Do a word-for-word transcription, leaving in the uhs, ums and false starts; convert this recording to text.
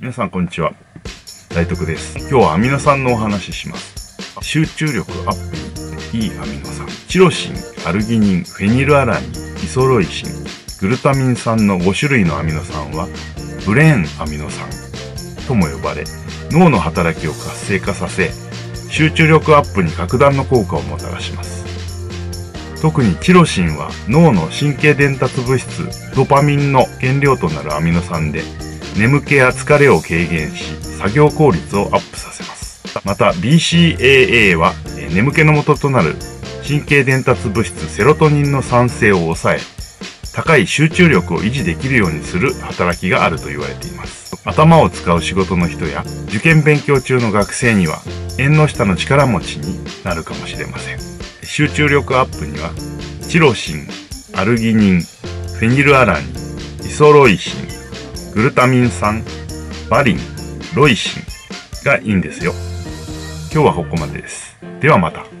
皆さんこんにちは、大徳です。今日はアミノ酸のお話しします。集中力アップにいいアミノ酸、チロシン、アルギニン、フェニルアラニン、イソロイシン、グルタミン酸のご種類のアミノ酸はブレーンアミノ酸とも呼ばれ、脳の働きを活性化させ、集中力アップに格段の効果をもたらします。特にチロシンは脳の神経伝達物質ドパミンの原料となるアミノ酸で、眠気や疲れを軽減し、作業効率をアップさせます。また ビーシーエーエー は眠気の元となる神経伝達物質セロトニンの産生を抑え、高い集中力を維持できるようにする働きがあると言われています。頭を使う仕事の人や受験勉強中の学生には縁の下の力持ちになるかもしれません。集中力アップにはチロシン、アルギニン、フェニルアラニン、イソロイシン、グルタミン酸、バリン、ロイシンがいいんですよ。今日はここまでです。ではまた。